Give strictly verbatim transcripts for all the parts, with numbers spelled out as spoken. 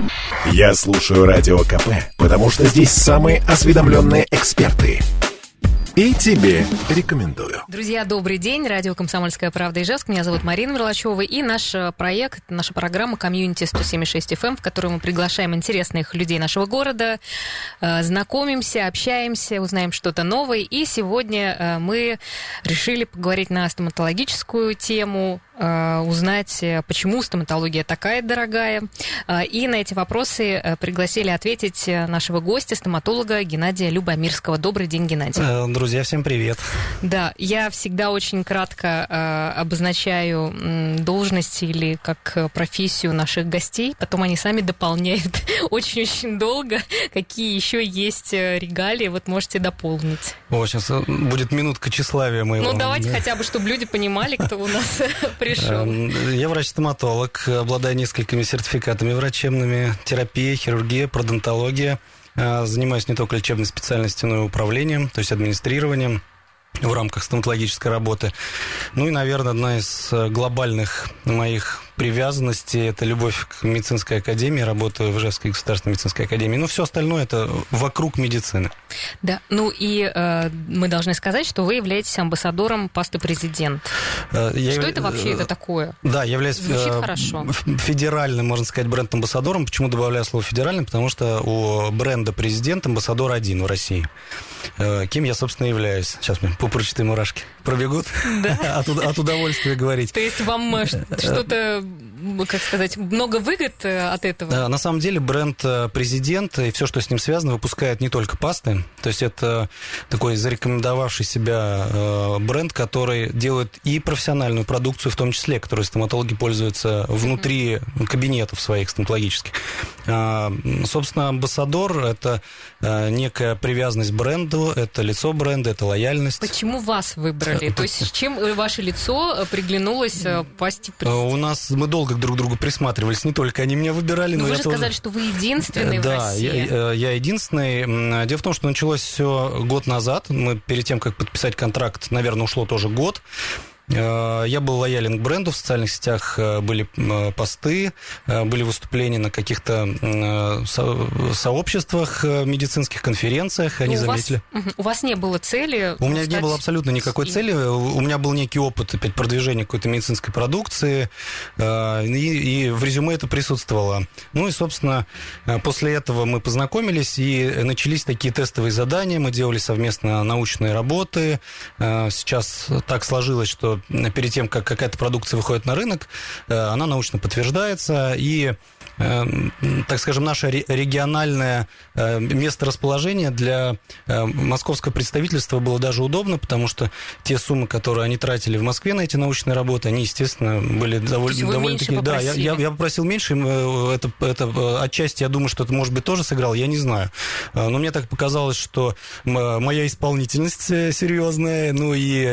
Я слушаю Радио КП, потому что здесь самые осведомленные эксперты. И тебе рекомендую. Друзья, добрый день. Радио «Комсомольская правда» Ижевск. Меня зовут Марина Мерлачева. И наш проект, наша программа «Комьюнити сто семь и шесть эф эм», в которой мы приглашаем интересных людей нашего города, знакомимся, общаемся, узнаем что-то новое. И сегодня мы решили поговорить на стоматологическую тему, узнать, почему стоматология такая дорогая. И на эти вопросы пригласили ответить нашего гостя, стоматолога Геннадия Любомирского. Добрый день, Геннадий. Друзья, всем привет. Да, я всегда очень кратко э, обозначаю э, должность или как профессию наших гостей, потом они сами дополняют очень-очень долго, какие еще есть регалии, вот можете дополнить. О, сейчас будет минутка тщеславия моего. Ну, давайте хотя бы, чтобы люди понимали, кто у нас пришел. Я врач-стоматолог, обладаю несколькими сертификатами врачебными: терапия, хирургия, пародонтология. Занимаюсь не только лечебной специальностью, но и управлением, то есть администрированием в рамках стоматологической работы. Ну и, наверное, одна из глобальных моих привязанностей – это любовь к медицинской академии. Работаю в Ижевской государственной медицинской академии. Ну, все остальное – это вокруг медицины. Да, ну и э, мы должны сказать, что вы являетесь амбассадором пасты «Президент». Я что яв... это вообще это такое? Да, я являюсь федеральным, можно сказать, бренд-амбассадором. Почему добавляю слово «федеральным»? Потому что у бренда «Президент» амбассадор один в России. Кем я, собственно, являюсь. Сейчас мне пупырчатые мурашки пробегут. Да. от, от удовольствия говорить. То есть вам что-то, как сказать, много выгод от этого? На самом деле бренд «Президент» и все, что с ним связано, выпускает не только пасты. То есть это такой зарекомендовавший себя бренд, который делает и профессиональную продукцию, в том числе, которой стоматологи пользуются внутри mm-hmm. кабинетов своих стоматологических. Собственно, амбассадор – это некая привязанность к бренду, это лицо бренда, это лояльность. Почему вас выбрали? То есть с чем ваше лицо приглянулось пасте «Президент»? У нас мы долго друг к другу присматривались, не только они меня выбирали, но, но вы я же тоже... сказали, что вы единственный да, в России. Да, я, я единственный. Дело в том, что началось все год назад. Мы перед тем, как подписать контракт, наверное, ушло тоже год. Я был лоялен к бренду, в социальных сетях были посты, были выступления на каких-то со- сообществах, медицинских конференциях, они у заметили. Вас, у вас не было цели? У меня не было абсолютно никакой цели, у меня был некий опыт опять продвижения какой-то медицинской продукции, и, и в резюме это присутствовало. Ну и, собственно, после этого мы познакомились, и начались такие тестовые задания, мы делали совместно научные работы. Сейчас так сложилось, что перед тем, как какая-то продукция выходит на рынок, она научно подтверждается, и, так скажем, наше региональное месторасположение для московского представительства было даже удобно, потому что те суммы, которые они тратили в Москве на эти научные работы, они, естественно, были довольно, довольно-таки... Да, я, я, я попросил меньше, это, это отчасти, я думаю, что это, может быть, тоже сыграло, я не знаю. Но мне так показалось, что моя исполнительность серьезная, ну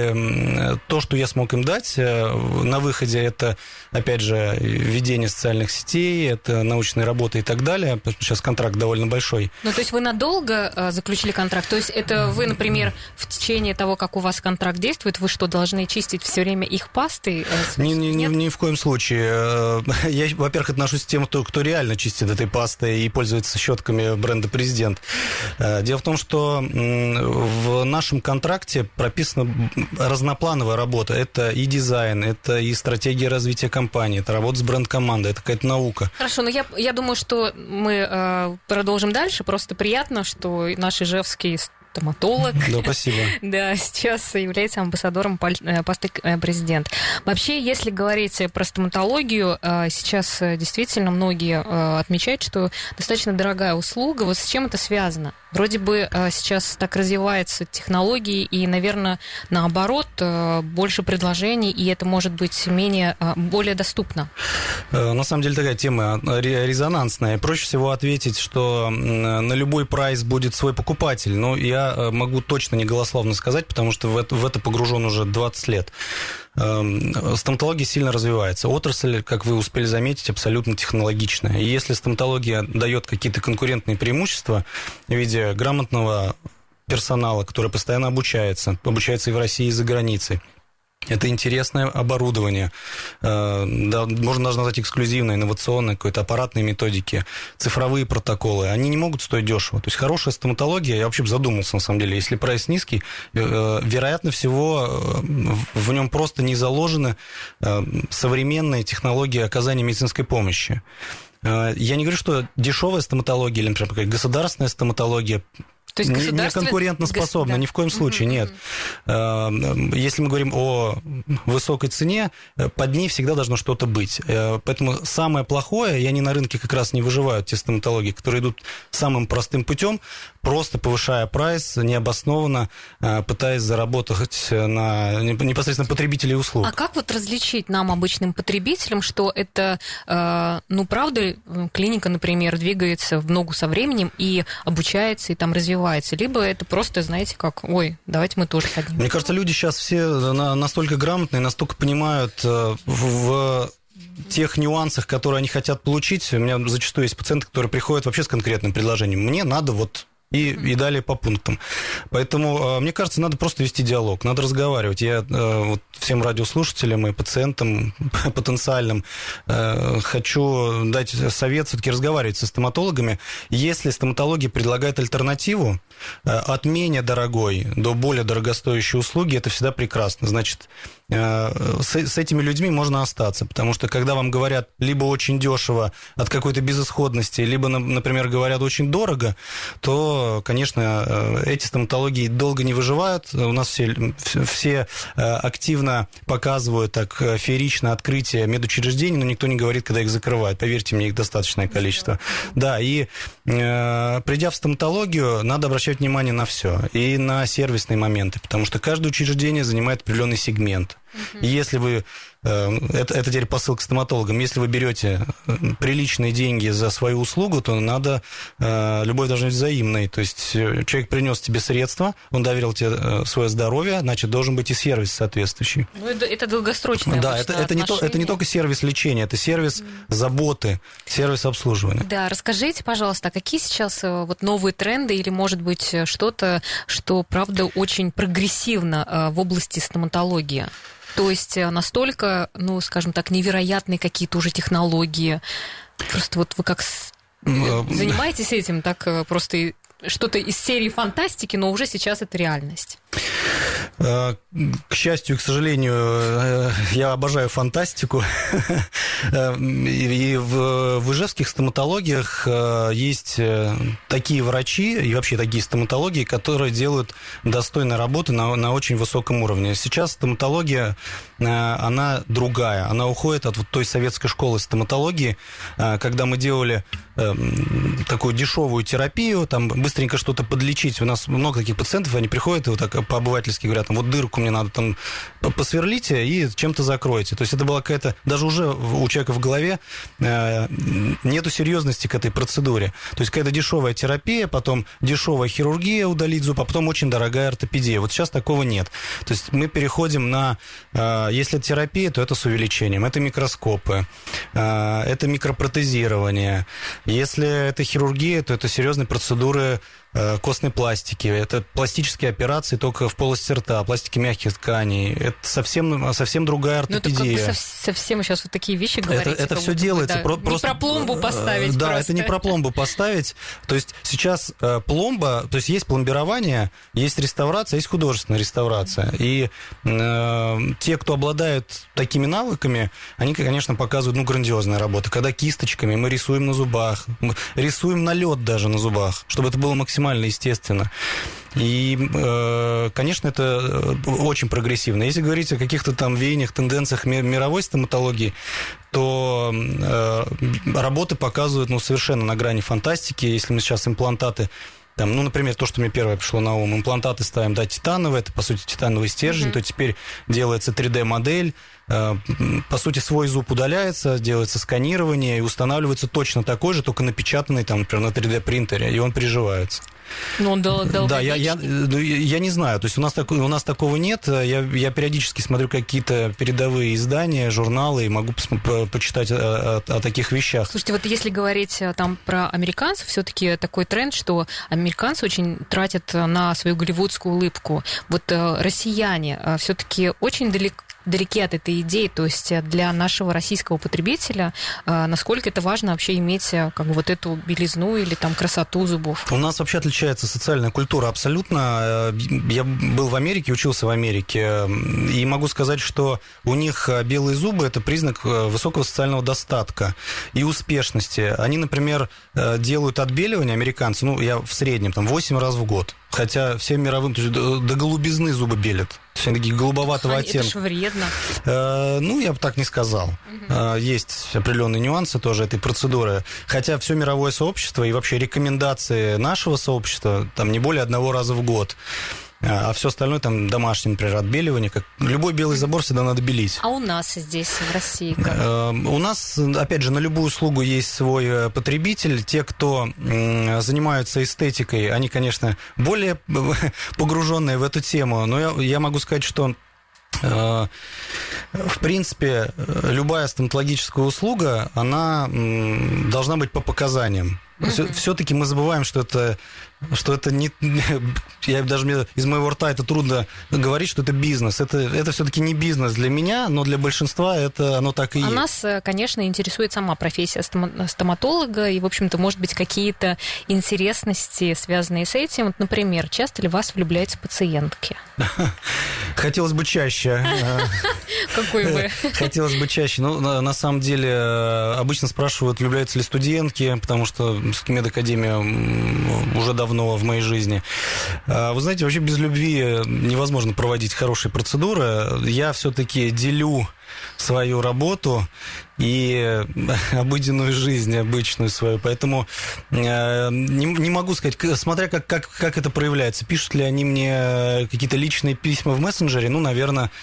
и то, что я смог им дать на выходе, это, опять же, ведение социальных сетей, это научные работы и так далее. Сейчас контракт довольно большой. Ну, то есть вы надолго э, заключили контракт? То есть это вы, например, в течение того, как у вас контракт действует, вы что, должны чистить все время их пастой? Э, ни, ни, ни, ни в коем случае. Я, во-первых, отношусь к тем, кто, кто реально чистит этой пастой и пользуется щетками бренда «Президент». Дело в том, что в нашем контракте прописана разноплановая работа. Это и дизайн, это и стратегия развития компании, это работа с бренд-командой, это какая-то наука. Хорошо, но я, я думаю, что мы э, продолжим дальше. Просто приятно, что наш ижевский стоматолог. Да, спасибо. Да, сейчас является амбассадором пасты «Президент». Вообще, если говорить про стоматологию, сейчас действительно многие отмечают, что достаточно дорогая услуга. Вот с чем это связано? Вроде бы сейчас так развиваются технологии, и, наверное, наоборот, больше предложений, и это может быть менее, более доступно. На самом деле такая тема резонансная. Проще всего ответить, что на любой прайс будет свой покупатель. Но я могу точно не голословно сказать, потому что в это, в это погружен уже двадцать лет. Стоматология сильно развивается. Отрасль, как вы успели заметить, абсолютно технологичная. И если стоматология дает какие-то конкурентные преимущества в виде грамотного персонала, который постоянно обучается, обучается и в России, и за границей, Это интересное оборудование, да, можно даже назвать эксклюзивное, инновационное, какой-то аппаратные методики, цифровые протоколы. Они не могут стоить дешево. То есть хорошая стоматология, я вообще задумался, на самом деле, если прайс низкий, вероятно всего, в нем просто не заложены современные технологии оказания медицинской помощи. Я не говорю, что дешевая стоматология или, например, какая-то государственная стоматология То есть не, не конкурентоспособна, ни в коем случае, нет. Если мы говорим о высокой цене, под ней всегда должно что-то быть. Поэтому самое плохое, и они на рынке как раз не выживают, те стоматологии, которые идут самым простым путем, просто повышая прайс, необоснованно пытаясь заработать на непосредственно потребителей услуг. А как вот различить нам, обычным потребителям, что это, ну, правда, клиника, например, двигается в ногу со временем и обучается, и там развивается? Либо это просто, знаете, как, ой, давайте мы тоже поднимем. Мне кажется, люди сейчас все настолько грамотные, настолько понимают в тех нюансах, которые они хотят получить. У меня зачастую есть пациенты, которые приходят вообще с конкретным предложением. Мне надо вот... И, и далее по пунктам. Поэтому, мне кажется, надо просто вести диалог, надо разговаривать. Я вот всем радиослушателям и пациентам потенциальным хочу дать совет все-таки разговаривать со стоматологами. Если стоматология предлагает альтернативу от менее дорогой до более дорогостоящей услуги, это всегда прекрасно. Значит, с, с этими людьми можно остаться, потому что когда вам говорят либо очень дешево от какой-то безысходности, либо, например, говорят очень дорого, то, конечно, эти стоматологии долго не выживают. У нас все, все активно показывают так феерично открытие медучреждений, но никто не говорит, когда их закрывают. Поверьте мне, их достаточное количество. Да, и придя в стоматологию, надо обращать внимание на все, и на сервисные моменты, потому что каждое учреждение занимает определенный сегмент. И если вы, это, это теперь посыл к стоматологам, если вы берете приличные деньги за свою услугу, то надо, любовь должна быть взаимной. То есть человек принес тебе средства, он доверил тебе свое здоровье, значит, должен быть и сервис соответствующий. Ну, это, это долгосрочное Да, это, это, не то, это не только сервис лечения, это сервис заботы, сервис обслуживания. Да, расскажите, пожалуйста, а какие сейчас вот новые тренды или, может быть, что-то, что, правда, очень прогрессивно в области стоматологии? То есть настолько, ну, скажем так, невероятные какие-то уже технологии. Просто вот вы как занимаетесь этим, так просто что-то из серии фантастики, но уже сейчас это реальность. К счастью, к сожалению, я обожаю фантастику. И в ижевских стоматологиях есть такие врачи и вообще такие стоматологии, которые делают достойную работу на, на очень высоком уровне. Сейчас стоматология, она другая. Она уходит от вот той советской школы стоматологии, когда мы делали такую дешевую терапию, там быстренько что-то подлечить. У нас много таких пациентов, они приходят и вот так по-обывательски говорят, вот дырку мне надо там посверлите и чем-то закроете. То есть это была какая-то, даже уже у человека в голове э, нету серьезности к этой процедуре. То есть какая-то дешевая терапия, потом дешевая хирургия удалить зуб, а потом очень дорогая ортопедия. Вот сейчас такого нет. То есть мы переходим на, э, если это терапия, то это с увеличением, это микроскопы, э, это микропротезирование. Если это хирургия, то это серьезные процедуры костной пластики, это пластические операции только в полости рта, пластики мягких тканей, это совсем, совсем другая ортопедия. Ну, это как бы совсем вы сейчас вот такие вещи говорите. Это, это все делается. Да, про, не просто, про пломбу поставить. Да, просто. Это не про пломбу поставить. То есть сейчас пломба, то есть есть пломбирование, есть реставрация, есть художественная реставрация. И э, те, кто обладают такими навыками, они, конечно, показывают, ну, грандиозная работа. Когда кисточками мы рисуем на зубах, мы рисуем налет даже на зубах, чтобы это было максимально естественно. И, конечно, это очень прогрессивно. Если говорить о каких-то там веяниях, тенденциях мировой стоматологии, то работы показывают, ну, совершенно на грани фантастики. Если мы сейчас имплантаты там, ну, например, то, что мне первое пришло на ум, имплантаты ставим, да, титановые, это, по сути, титановый стержень, mm-hmm. то теперь делается три дэ-модель, по сути, свой зуб удаляется, делается сканирование и устанавливается точно такой же, только напечатанный, там, например, на три дэ-принтере, и он приживается. Ну, он дол- долго. Да, я, я, я не знаю, то есть у нас, так, у нас такого нет, я, я периодически смотрю какие-то передовые издания, журналы, и могу по- почитать о, о, о таких вещах. Слушайте, вот если говорить там про американцев, все-таки такой тренд, что американцы очень тратят на свою голливудскую улыбку. Вот россияне все-таки очень далеко далеки от этой идеи, то есть для нашего российского потребителя, насколько это важно вообще иметь как бы вот эту белизну или там красоту зубов? У нас вообще отличается социальная культура абсолютно. Я был в Америке, учился в Америке, и могу сказать, что у них белые зубы – это признак высокого социального достатка и успешности. Они, например, делают отбеливание, американцы, ну, я в среднем, там, восемь раз в год. Хотя всем мировым, то есть до, до голубизны зубы белят. Все такие голубоватого а, оттенка. Это же вредно. Э, ну, я бы так не сказал. Угу. Э, есть определенные нюансы тоже этой процедуры. Хотя все мировое сообщество и вообще рекомендации нашего сообщества там не более одного раза в год. А все остальное, там, домашнее, например, отбеливание, как любой белый забор всегда надо белить. А у нас здесь, в России, как? У нас, опять же, на любую услугу есть свой потребитель. Те, кто занимаются эстетикой, они, конечно, более погруженные в эту тему. Но я, я могу сказать, что в принципе любая стоматологическая услуга, она должна быть по показаниям. Mm-hmm. Все-таки мы забываем, что это, что это не... Я даже из моего рта это трудно говорить, что это бизнес. Это, это все-таки не бизнес для меня, но для большинства это оно так и а есть. Нас, конечно, интересует сама профессия стоматолога, и, в общем-то, может быть, какие-то интересности, связанные с этим. Вот, например, часто ли в вас влюбляются пациентки? Хотелось бы чаще. Какой вы? Хотелось бы чаще. Но на самом деле обычно спрашивают, влюбляются ли студентки, потому что медакадемия уже давно в моей жизни. Вы знаете, вообще без любви невозможно проводить хорошие процедуры. Я все-таки делю свою работу и обыденную жизнь, обычную свою. Поэтому э, не, не могу сказать, смотря как, как, как это проявляется. Пишут ли они мне какие-то личные письма в мессенджере? Ну, наверное,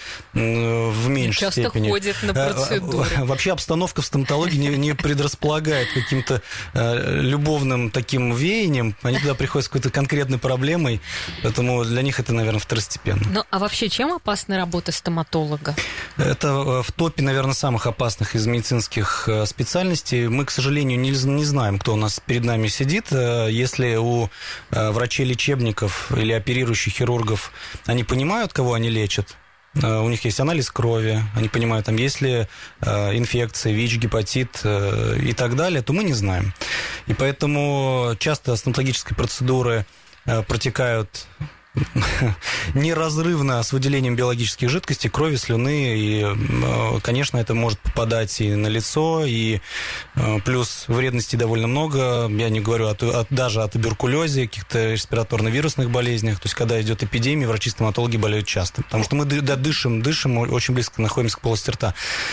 в меньшей часто степени. Часто ходят на процедуры. Вообще обстановка в стоматологии не, не предрасполагает каким-то э, любовным таким веянием. Они туда приходят с какой-то конкретной проблемой, поэтому для них это, наверное, второстепенно. Ну, а вообще, чем опасна работа стоматолога? Это в топе, наверное, самых опасных из медицинских специальностей. Мы, к сожалению, не, не знаем, кто у нас перед нами сидит. Если у врачей-лечебников или оперирующих хирургов они понимают, кого они лечат, у них есть анализ крови, они понимают, там есть ли инфекция, ВИЧ, гепатит и так далее, то мы не знаем. И поэтому часто стоматологические процедуры протекают неразрывно с выделением биологических жидкостей, крови, слюны, и, конечно, это может попадать и на лицо, и плюс вредностей довольно много, я не говорю от, от, даже о туберкулезе, каких-то респираторно-вирусных болезнях, то есть, когда идет эпидемия, врачи-стоматологи болеют часто, потому что мы да, дышим, дышим, очень близко находимся к полости рта.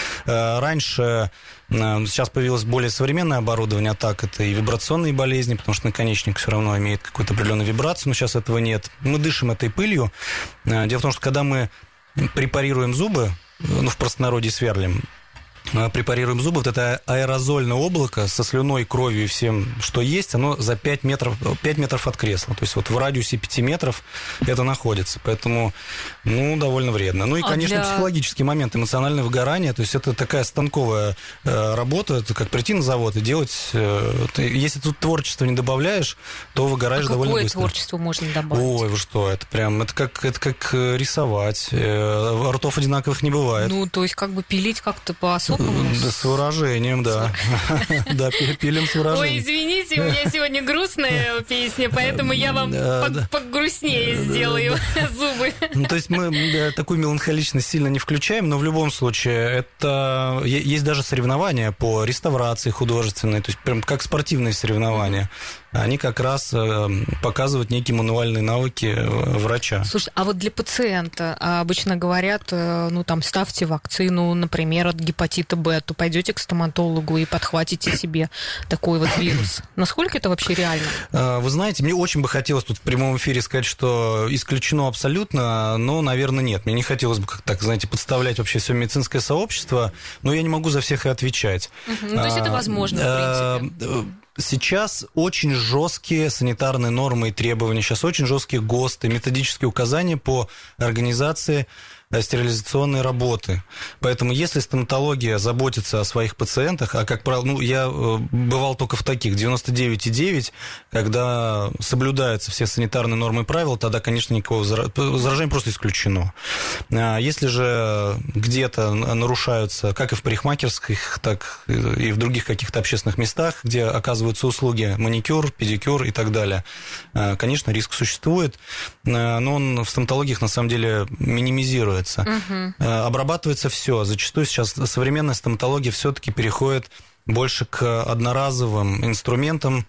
Раньше... Сейчас появилось более современное оборудование, а так это и вибрационные болезни, потому что наконечник все равно имеет какую-то определенную вибрацию, но сейчас этого нет. Мы дышим этой пылью. Дело в том, что когда мы препарируем зубы, ну, в простонародье сверлим, препарируем зубы, вот это аэрозольное облако со слюной, кровью и всем, что есть, оно за пять метров, пять метров от кресла. То есть вот в радиусе пяти метров это находится. Поэтому, ну, довольно вредно. Ну и, конечно, а для... психологический момент, эмоциональное выгорание. То есть это такая станковая э, работа, это как прийти на завод и делать... Э, ты, если тут творчество не добавляешь, то выгораешь а довольно быстро. Какое творчество можно добавить? Ой, вы что, это прям, это как, это как рисовать. Э, ртов одинаковых не бывает. Ну, то есть как бы пилить как-то по-особому. Да, с выражением, да. Да, пилим с выражением. Ой, извините, у меня сегодня грустная песня, поэтому я вам погрустнее сделаю зубы. Ну, то есть мы такую меланхоличность сильно не включаем, но в любом случае это... Есть даже соревнования по реставрации художественной, то есть прям как спортивные соревнования. Они как раз показывают некие мануальные навыки врача. Слушай, а вот для пациента обычно говорят, ну, там, ставьте вакцину, например, от гепатита Б, то пойдете к стоматологу и подхватите себе такой вот вирус. Насколько это вообще реально? Вы знаете, мне очень бы хотелось тут в прямом эфире сказать, что исключено абсолютно, но, наверное, нет. Мне не хотелось бы, как так, знаете, подставлять вообще все медицинское сообщество, но я не могу за всех и отвечать. Ну, то есть это возможно, в принципе. Сейчас очень жесткие санитарные нормы и требования, сейчас очень жесткие ГОСТы, методические указания по организации стерилизационной работы. Поэтому если стоматология заботится о своих пациентах, а, как правило, ну, я бывал только в таких, девяносто девять и девять, когда соблюдаются все санитарные нормы и правила, тогда, конечно, никакого заражения просто исключено. Если же где-то нарушаются, как и в парикмахерских, так и в других каких-то общественных местах, где оказываются услуги маникюр, педикюр и так далее, конечно, риск существует, но он в стоматологиях на самом деле минимизируется. Угу. Обрабатывается все. Зачастую сейчас современная стоматология все-таки переходит больше к одноразовым инструментам,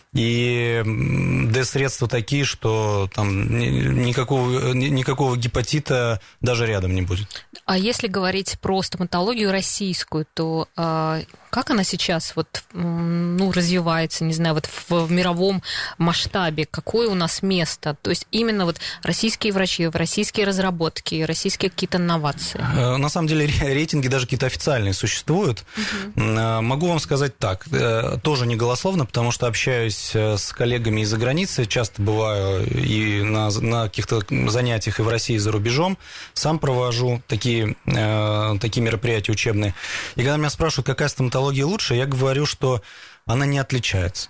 и д-средства такие, что там никакого, никакого гепатита даже рядом не будет. А если говорить про стоматологию российскую, то э, как она сейчас вот, ну, развивается, не знаю, вот в, в мировом масштабе? Какое у нас место? То есть именно вот российские врачи, российские разработки, российские какие-то инновации? На самом деле рейтинги даже какие-то официальные существуют. Угу. Могу вам сказать так, тоже не голословно, потому что общаюсь с коллегами из-за границы, часто бываю и на, на каких-то занятиях и в России, и за рубежом, сам провожу такие, э, такие мероприятия учебные. И когда меня спрашивают, какая стоматология лучше, я говорю, что она не отличается.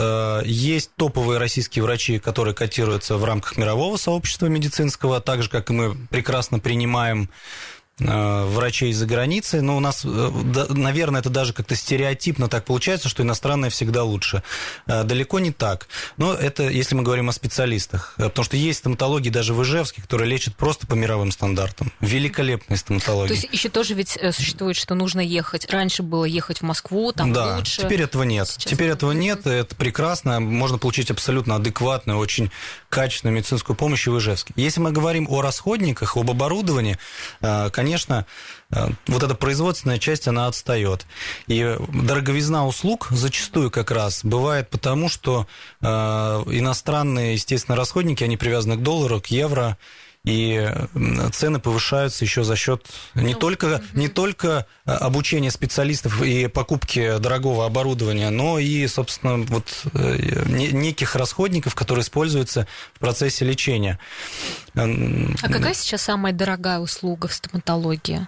Есть топовые российские врачи, которые котируются в рамках мирового сообщества медицинского, так же, как и мы прекрасно принимаем врачей из-за границы, но у нас, наверное, это даже как-то стереотипно так получается, что иностранное всегда лучше. Далеко не так. Но это если мы говорим о специалистах. Потому что есть стоматологии даже в Ижевске, которые лечат просто по мировым стандартам. Великолепные стоматологии. То есть еще тоже ведь существует, что нужно ехать. Раньше было ехать в Москву, там да, лучше. Теперь этого нет. Сейчас теперь этого нет, это прекрасно. Можно получить абсолютно адекватную, очень качественную медицинскую помощь в Ижевске. Если мы говорим о расходниках, об оборудовании, конечно, Конечно, вот эта производственная часть, она отстает. И дороговизна услуг зачастую как раз бывает потому, что иностранные, естественно, расходники, они привязаны к доллару, к евро, и цены повышаются еще за счет не, ну, только, угу. не только обучения специалистов и покупки дорогого оборудования, но и, собственно, вот неких расходников, которые используются в процессе лечения. А какая сейчас самая дорогая услуга в стоматологии?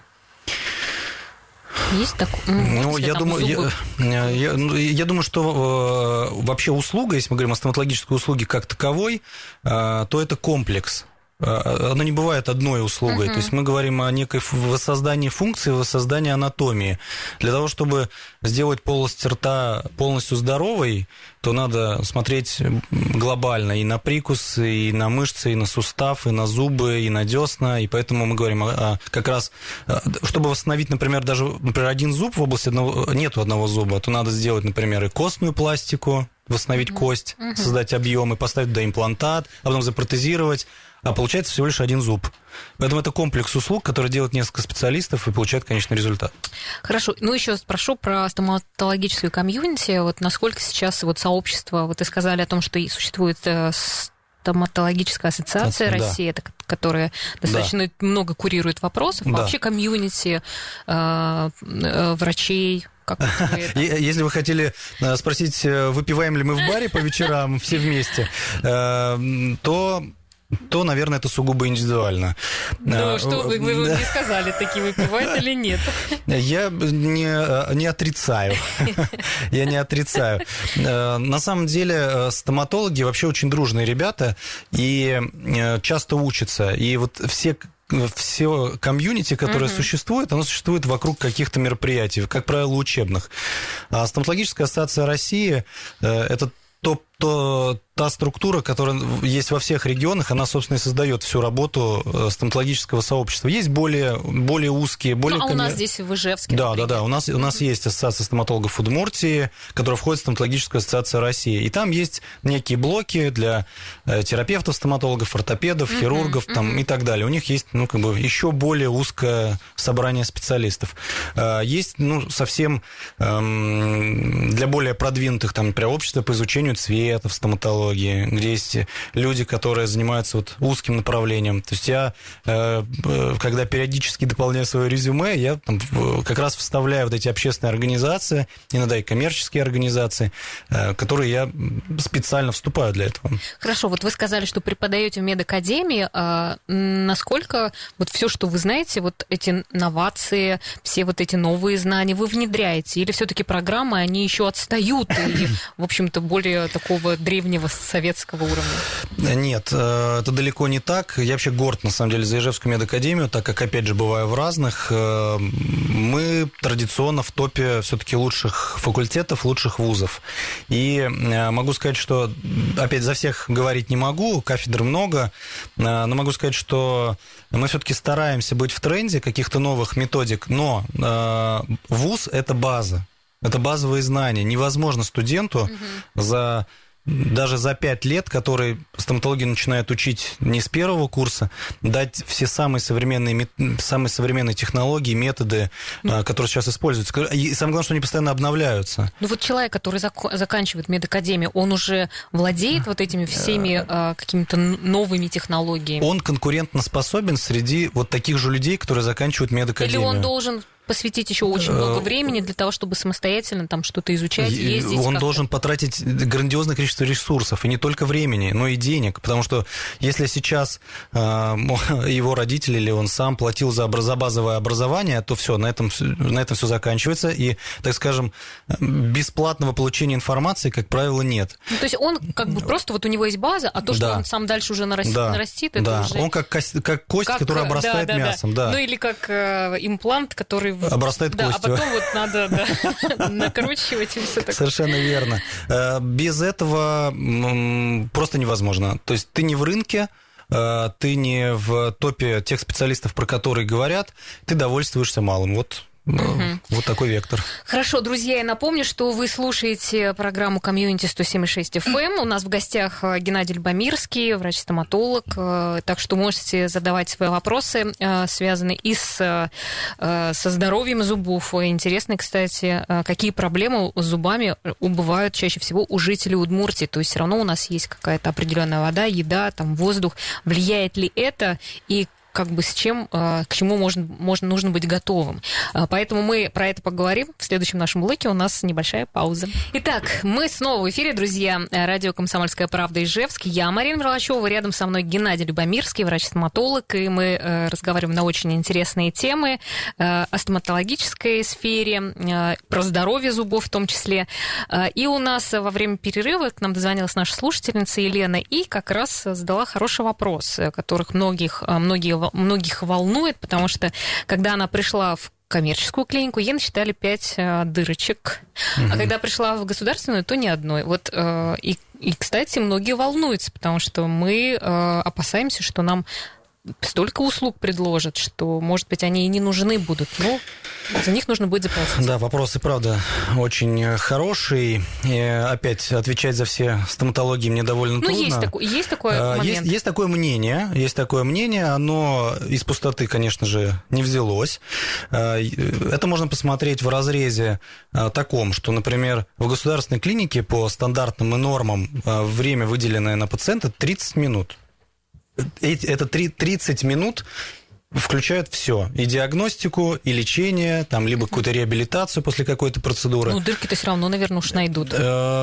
Есть такое? Ну, я думаю, я, я, я думаю, что вообще услуга, если мы говорим о стоматологической услуге как таковой, то это комплекс. Оно не бывает одной услугой. Uh-huh. То есть мы говорим о некой воссоздании функции, воссоздании анатомии. Для того, чтобы сделать полость рта полностью здоровой, то надо смотреть глобально и на прикус, и на мышцы, и на сустав, и на зубы, и на десна. И поэтому мы говорим о, о, как раз, чтобы восстановить, например, даже например, один зуб в области одного, нету одного зуба, то надо сделать, например, и костную пластику, восстановить uh-huh. кость, uh-huh. создать объем и поставить туда имплантат, а потом запротезировать. А получается всего лишь один зуб. Поэтому это комплекс услуг, который делает несколько специалистов и получает конечный результат. Хорошо. Ну, еще спрошу про стоматологическую комьюнити. Вот насколько сейчас вот сообщество, вот вы сказали о том, что существует стоматологическая ассоциация да. России, это, которая достаточно да. много курирует вопросов. Да. Вообще комьюнити э, э, врачей. Как Если вы хотели спросить, выпиваем ли мы в баре по вечерам все вместе, то... то, наверное, это сугубо индивидуально. Ну, что вы, вы не сказали, такие выпивают или нет? Я не, не отрицаю. Я не отрицаю. На самом деле, стоматологи вообще очень дружные ребята и часто учатся. И вот все... все комьюнити, которое uh-huh. существует, оно существует вокруг каких-то мероприятий, как правило, учебных. А Стоматологическая ассоциация России – это то, то, та структура, которая есть во всех регионах, она, собственно, и создает всю работу стоматологического сообщества. Есть более, более узкие, более... Ну, а у нас здесь в Ижевске, Да, например. да, да. У нас, у нас есть ассоциация стоматологов Удмуртии, которая входит в Стоматологическую ассоциацию России. И там есть некие блоки для терапевтов, стоматологов, ортопедов, uh-huh, хирургов uh-huh. там, и так далее. У них есть, ну, как бы, еще более узкое собрание специалистов. Есть, ну, совсем эм, для более продвинутых, там, например, общество по изучению цвета в стоматологии, стоматологии, где есть люди, которые занимаются вот узким направлением. То есть я, когда периодически дополняю свое резюме, я там как раз вставляю вот эти общественные организации, иногда и коммерческие организации, которые я специально вступаю для этого. Хорошо, вот вы сказали, что преподаете в медакадемии. А насколько вот все, что вы знаете, вот эти новации, все вот эти новые знания вы внедряете? Или все-таки программы, они еще отстают и, в общем-то, более такого древнего советского уровня? Нет, это далеко не так. Я вообще горд, на самом деле, за Ижевскую медакадемию, так как, опять же, бываю в разных. Мы традиционно в топе все-таки лучших факультетов, лучших вузов. И могу сказать, что, опять, за всех говорить не могу, кафедр много, но могу сказать, что мы все-таки стараемся быть в тренде каких-то новых методик, но вуз – это база, это базовые знания. Невозможно студенту угу. за... даже за пять лет, который стоматологию начинает учить не с первого курса, дать все самые современные, самые современные технологии, методы, ну, которые сейчас используются. И самое главное, что они постоянно обновляются. Ну вот человек, который зак- заканчивает медакадемию, он уже владеет вот этими всеми а, какими-то новыми технологиями? Он конкурентоспособен среди вот таких же людей, которые заканчивают медакадемию. Или он должен посвятить еще очень много времени для того, чтобы самостоятельно там что-то изучать, ездить? Он как-то. должен потратить грандиозное количество ресурсов, и не только времени, но и денег, потому что если сейчас э, его родители или он сам платил за, за базовое образование, то все, на этом, на этом все заканчивается, и, так скажем, бесплатного получения информации, как правило, нет. Ну, то есть он как бы просто, вот у него есть база, а то, что да. он сам дальше уже нарастит, да. нарастит это да. уже... Он как, кость, как кость, как, которая обрастает да, да, мясом. Да. Да. Ну или как э, имплант, который... Обрастает да, костью. А потом вот надо да, накручивать и все такое. Совершенно верно. Без этого просто невозможно. То есть ты не в рынке, ты не в топе тех специалистов, про которые говорят, ты довольствуешься малым. Вот. Угу. Вот такой вектор. Хорошо, друзья, я напомню, что вы слушаете программу «Комьюнити сто семь и шесть эф эм». У нас в гостях Геннадий Любомирский, врач-стоматолог. Так что можете задавать свои вопросы, связанные и с, со здоровьем зубов. Интересно, кстати, какие проблемы с зубами бывают чаще всего у жителей Удмуртии. То есть все равно у нас есть какая-то определенная вода, еда, там, воздух. Влияет ли это и как бы с чем, к чему можно, можно, нужно быть готовым. Поэтому мы про это поговорим. В следующем нашем блоке у нас небольшая пауза. Итак, мы снова в эфире, друзья. Радио «Комсомольская правда» Ижевск. Я Марина Мерлачева, рядом со мной Геннадий Любомирский, врач-стоматолог, и мы разговариваем на очень интересные темы о стоматологической сфере, про здоровье зубов в том числе. И у нас во время перерыва к нам дозвонилась наша слушательница Елена и как раз задала хороший вопрос, которых многих, многие многих волнует, потому что когда она пришла в коммерческую клинику, ей насчитали пять э, дырочек, угу. а когда пришла в государственную, то ни одной. Вот, э, и, и, кстати, многие волнуются, потому что мы э, опасаемся, что нам столько услуг предложат, что, может быть, они и не нужны будут, но за них нужно будет заплатить. Да, вопрос и правда очень хороший. И опять отвечать за все стоматологии мне довольно ну, трудно. Ну, есть, такой, есть такой момент. Есть, есть такое мнение, есть такое мнение, оно из пустоты, конечно же, не взялось. Это можно посмотреть в разрезе таком, что, например, в государственной клинике по стандартным и нормам время, выделенное на пациента, тридцать минут. Это тридцать минут включают все. И диагностику, и лечение, там, либо какую-то реабилитацию после какой-то процедуры. Ну, дырки-то все равно, наверное, уж найдут.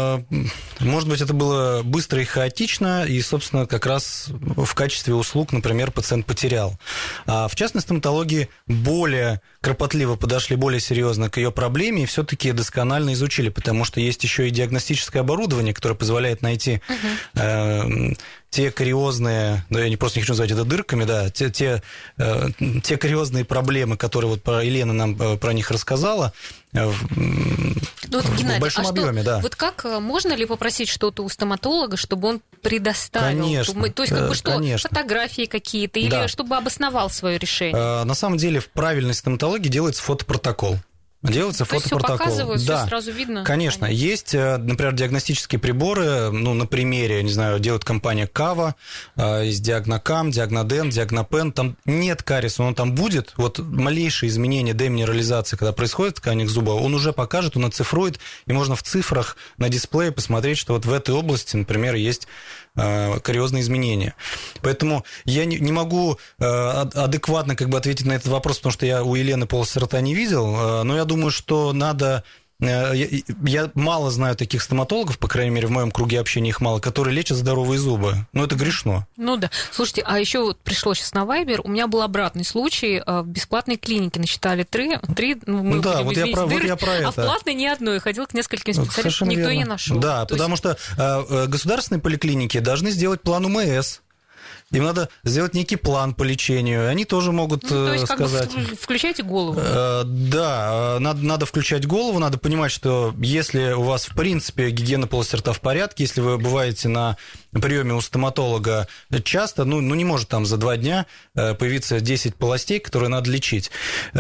Может быть, это было быстро и хаотично, и, собственно, как раз в качестве услуг, например, пациент потерял. А в частной стоматологии более кропотливо подошли, более серьезно к ее проблеме и все-таки досконально изучили, потому что есть еще и диагностическое оборудование, которое позволяет найти угу. э, те кариозные, да, я не просто не хочу называть это дырками, да, те, те, э, те кариозные проблемы, которые вот про Елена нам э, про них рассказала, э, ну, вот, в Геннадий, большом а объеме, что, да. Вот как можно ли попросить что-то у стоматолога, чтобы он предоставил? Конечно, то есть, как бы что, конечно. фотографии какие-то, или да. чтобы обосновал свое решение? Э, на самом деле в правильной стоматологии делается фотопротокол. Делается То фотопротокол. Есть все показывают, да, все сразу видно? Конечно. Понятно. Есть, например, диагностические приборы, ну, на примере, не знаю, делает компания Кава, есть Диагнокам, Диагноден, Диагнопен, там нет кариеса, он там будет, вот малейшее изменение деминерализации, когда происходит в тканях зуба, он уже покажет, он оцифрует, и можно в цифрах на дисплее посмотреть, что вот в этой области, например, есть кариозные изменения. Поэтому я не, не могу адекватно как бы ответить на этот вопрос, потому что я у Елены полости рта не видел, но я думаю, что надо... Я, я мало знаю таких стоматологов, по крайней мере, в моем круге общения их мало, которые лечат здоровые зубы. Но это грешно. Ну да. Слушайте, а еще вот пришло сейчас на Вайбер, у меня был обратный случай. В бесплатной клинике насчитали три, три ну, мы да, будем вот я, про, дыры, вот я про это. А в платной ни одной. Ходил к нескольким специалистам, никто верно. не нашел. Да, То потому есть... что э, государственные поликлиники должны сделать план УМС. Им надо сделать некий план по лечению. Они тоже могут ну, то есть, сказать... Как бы включайте голову. Э, да, надо, надо включать голову, надо понимать, что если у вас, в принципе, гигиена полости рта в порядке, если вы бываете на приеме у стоматолога часто, ну, ну не может там за два дня появиться десять полостей, которые надо лечить.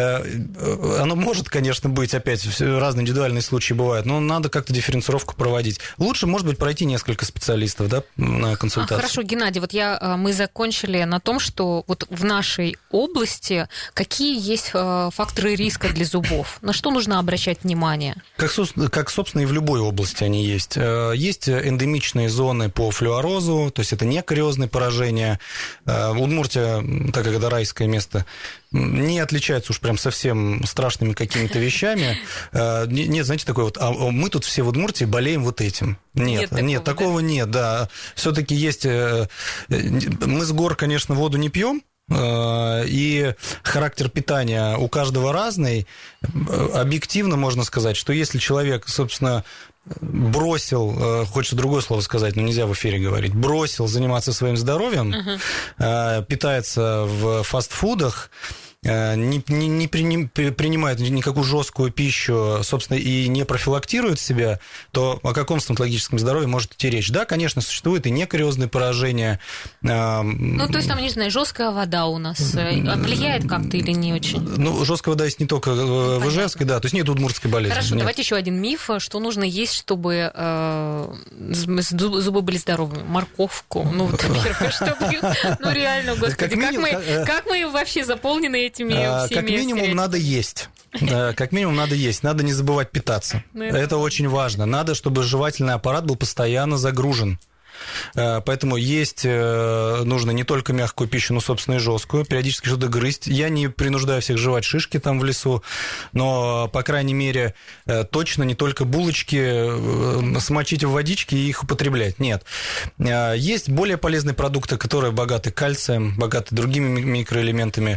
Оно может, конечно, быть, опять, разные индивидуальные случаи бывают, но надо как-то дифференцировку проводить. Лучше, может быть, пройти несколько специалистов, да, на консультацию. А, хорошо, Геннадий, вот я, мы закончили на том, что вот в нашей области какие есть факторы риска для зубов? На что нужно обращать внимание? Как, как собственно, и в любой области они есть. Есть эндемичные зоны по флюорозу, то есть это не кариозные поражения. Удмуртия, так как это райское место, не отличается уж прям совсем страшными какими-то вещами. Нет, знаете, такое вот, а мы тут все в Удмуртии болеем вот этим. Нет, нет, такого, нет, такого да? нет, да. Все-таки есть... Мы с гор, конечно, воду не пьем, и характер питания у каждого разный. Объективно можно сказать, что если человек, собственно, бросил, хочется другое слово сказать, но нельзя в эфире говорить, бросил заниматься своим здоровьем, uh-huh. питается в фастфудах, не, не, не принимает никакую жесткую пищу, собственно, и не профилактирует себя, то о каком стоматологическом здоровье может идти речь? Да, конечно, существуют и некариозные поражения. Ну, то есть, там, не знаю, жесткая вода у нас влияет как-то или не очень? Ну, жесткая вода есть не только в Ижевске, да, то есть нет удмуртской болезни. Хорошо, нет. Давайте еще один миф, что нужно есть, чтобы э, зубы были здоровыми. Морковку, ну, вот, первое, чтобы... Ну, реально, господи, как, минимум, как, мы, как мы вообще заполнены этими всеми... Как минимум надо есть. Как минимум надо есть. Надо не забывать питаться. Это очень важно. Надо, чтобы жевательный аппарат был постоянно загружен. Поэтому есть нужно не только мягкую пищу, но, собственно, и жесткую, периодически что-то грызть. Я не принуждаю всех жевать шишки там в лесу, но, по крайней мере, точно не только булочки смочить в водичке и их употреблять. Нет. Есть более полезные продукты, которые богаты кальцием, богаты другими микроэлементами.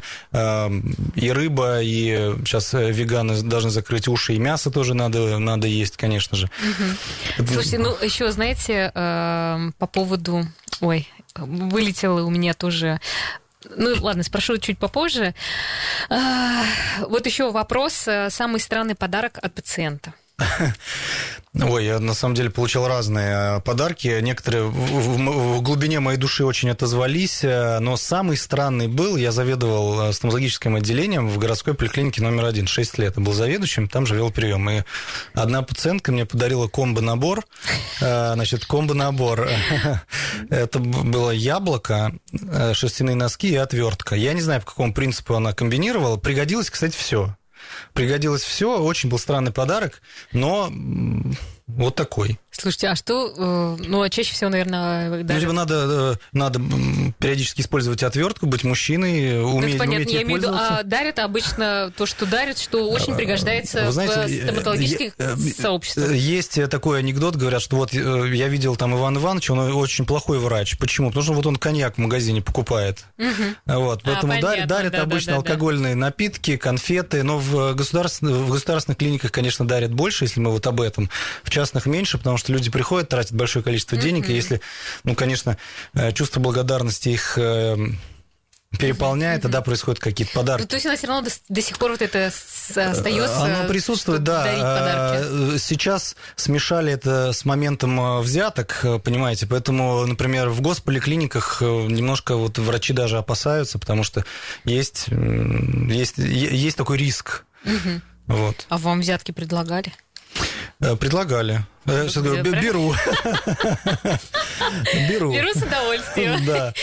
И рыба, и сейчас веганы должны закрыть уши, и мясо тоже надо, надо есть, конечно же. Угу. Слушайте, ну, еще, знаете... по поводу... Ой, вылетело у меня тоже... Ну, ладно, спрошу чуть попозже. Вот еще вопрос. Самый странный подарок от пациента. Ой, я на самом деле получал разные подарки. Некоторые в глубине моей души очень отозвались, но самый странный был, я заведовал стоматологическим отделением в городской поликлинике номер один, шесть лет. Я был заведующим, там же вел прием. И одна пациентка мне подарила комбо-набор. Значит, комбо-набор. Это было яблоко, шерстяные носки и отвертка. Я не знаю, по какому принципу она комбинировала. Пригодилось, кстати, все. Пригодилось все, очень был странный подарок, но вот такой. Слушайте, а что, ну, а чаще всего, наверное... Даже... Ну, типа, надо, надо периодически использовать отвертку, быть мужчиной, уметь, ну, уметь ей пользоваться. А дарят обычно то, что дарят, что очень пригождается знаете, в стоматологических сообществах. Есть такой анекдот, говорят, что вот я видел там Ивана Ивановича, он очень плохой врач. Почему? Потому что вот он коньяк в магазине покупает. Угу. Вот, поэтому а, понятно, дарят да, обычно да, да, алкогольные да. напитки, конфеты, но в, государственных, в государственных клиниках, конечно, дарят больше, если мы вот об этом. В частных меньше, потому что люди приходят, тратят большое количество денег, mm-hmm. и если, ну, конечно, чувство благодарности их переполняет, mm-hmm. тогда происходят какие-то подарки. Ну, то есть у нас все равно до, до сих пор вот это остается. Оно присутствует, да. Сейчас смешали это с моментом взяток, понимаете, поэтому, например, в госполиклиниках немножко вот врачи даже опасаются, потому что есть, есть, есть такой риск. Угу. Вот. А вам взятки предлагали? Предлагали. Я сейчас говорю, беру. Беру. Беру с удовольствием. Да.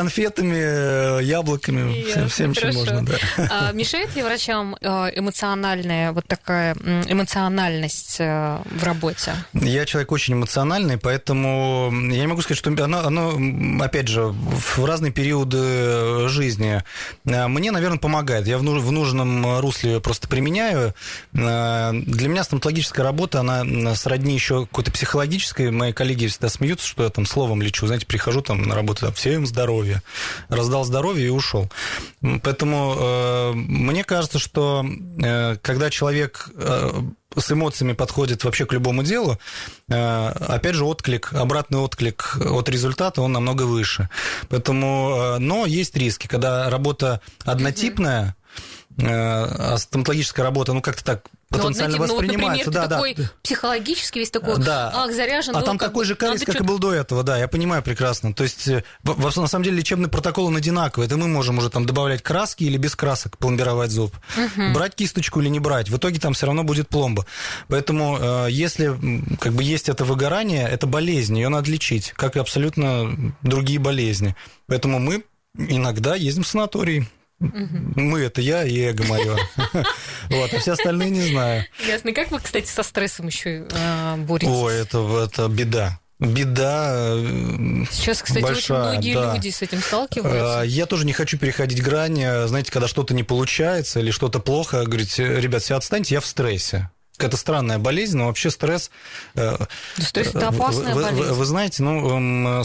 Конфетами, яблоками, всем, всем чем можно. Да. А мешает ли врачам эмоциональная, вот такая эмоциональность в работе? Я человек очень эмоциональный, поэтому я не могу сказать, что оно, оно опять же, в разные периоды жизни мне, наверное, помогает. Я в нужном русле просто применяю. Для меня стоматологическая работа, она сродни еще какой-то психологической. Мои коллеги всегда смеются, что я там словом лечу. Знаете, прихожу там на работу, там, всем здоровья. Раздал здоровье и ушел. Поэтому э, мне кажется, что э, когда человек э, с эмоциями подходит вообще к любому делу, э, опять же, отклик, обратный отклик от результата, он намного выше. Поэтому, э, но есть риски, когда работа однотипная, э, а стоматологическая работа, ну, как-то так потенциально ну, воспринимается. Ну, вот, например, да, такой да. психологический весь такой, да. ах, заряжен. А ну, там как такой бы, же кариес, как что... и был до этого, да, я понимаю прекрасно. То есть, на самом деле, лечебный протокол, он одинаковый. Это мы можем уже там добавлять краски или без красок пломбировать зуб. Угу. Брать кисточку или не брать. В итоге там все равно будет пломба. Поэтому, если как бы есть это выгорание, это болезнь, ее надо лечить, как и абсолютно другие болезни. Поэтому мы иногда ездим в санаторий. Угу. Мы, это я и эго мое. Вот, а все остальные не знаю. Ясно. Как вы, кстати, со стрессом еще боретесь? Ой, это беда. Беда Сейчас, кстати, большая, очень многие да. люди с этим сталкиваются. Я тоже не хочу переходить грань. Знаете, когда что-то не получается или что-то плохо, говорите, ребят, все отстаньте, я в стрессе. Какая-то странная болезнь, но вообще стресс... Да, стресс – это опасная вы, болезнь. Вы, вы знаете, ну,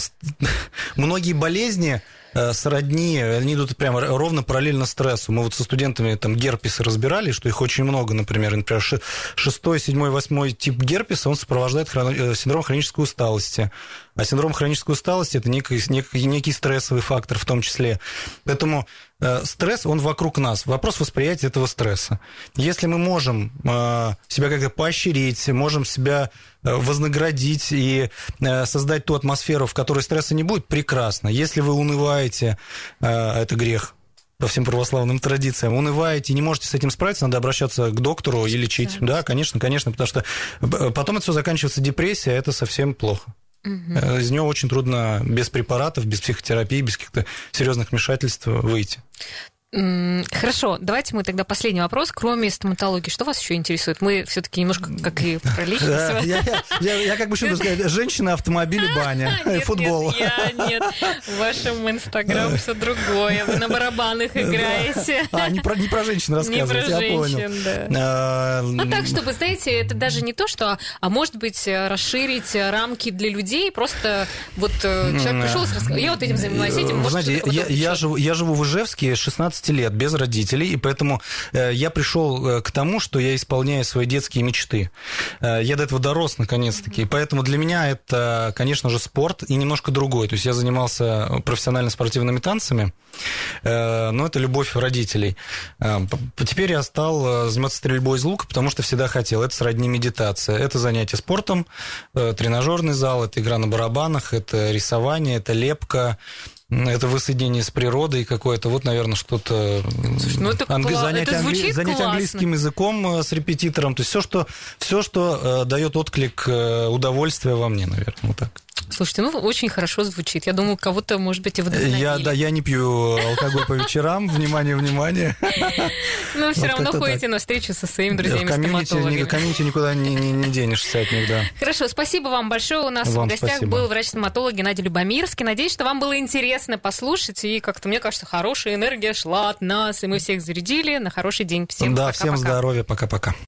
многие болезни сродни, они идут прямо ровно параллельно стрессу. Мы вот со студентами там герпесы разбирали, что их очень много, например. Например, шестой, седьмой, восьмой тип герпеса, он сопровождает хрон... синдром хронической усталости. А синдром хронической усталости – это некий, некий, некий стрессовый фактор в том числе. Поэтому э, стресс, он вокруг нас. Вопрос восприятия этого стресса. Если мы можем э, себя как-то поощрить, можем себя э, вознаградить и э, создать ту атмосферу, в которой стресса не будет, прекрасно. Если вы унываете, э, это грех по всем православным традициям, унываете, не можете с этим справиться, надо обращаться к доктору и лечить. Да, да конечно, конечно, потому что потом это все заканчивается депрессией, а это совсем плохо. Угу. Из него очень трудно без препаратов, без психотерапии, без каких-то серьезных вмешательств выйти. Хорошо, давайте мы тогда последний вопрос. Кроме стоматологии, что вас еще интересует? Мы все-таки немножко, как и про личность. Я как бы что сказать, женщины, автомобили, баня, футбол. Нет, в вашем инстаграм все другое. Вы на барабанах играете. А, не про женщин рассказывать, я понял. Ну так, чтобы, знаете, это даже не то, что, а может быть, расширить рамки для людей, просто вот человек пришел и сказал, я вот этим занимаюсь, этим, может, знаете, я живу в Ижевске шестнадцать лет без родителей, и поэтому я пришел к тому, что я исполняю свои детские мечты. Я до этого дорос, наконец-таки, и поэтому для меня это, конечно же, спорт и немножко другой. То есть я занимался профессионально спортивными танцами, но это любовь родителей. Теперь я стал заниматься стрельбой из лука, потому что всегда хотел. Это сродни медитация. Это занятие спортом, тренажерный зал, это игра на барабанах, это рисование, это лепка, это воссоединение с природой какое-то, вот, наверное, что-то... Слушай, ну это Англи... кла... занятие, это англи... занятие английским языком с репетитором, то есть все, что, все, что дает отклик удовольствия во мне, наверное, вот так. Слушайте, ну, очень хорошо звучит. Я думаю, кого-то, может быть, и вдохновили. Я, да, я не пью алкоголь по вечерам. Внимание, внимание. Но все равно ходите на встречу со своими друзьями-стоматологами. В комьюнити никуда не денешься от них, да. Хорошо, спасибо вам большое. У нас в гостях был врач-стоматолог Геннадий Любомирский. Надеюсь, что вам было интересно послушать. И как-то, мне кажется, хорошая энергия шла от нас. И мы всех зарядили на хороший день. Всем пока-пока. Да, всем здоровья. Пока-пока.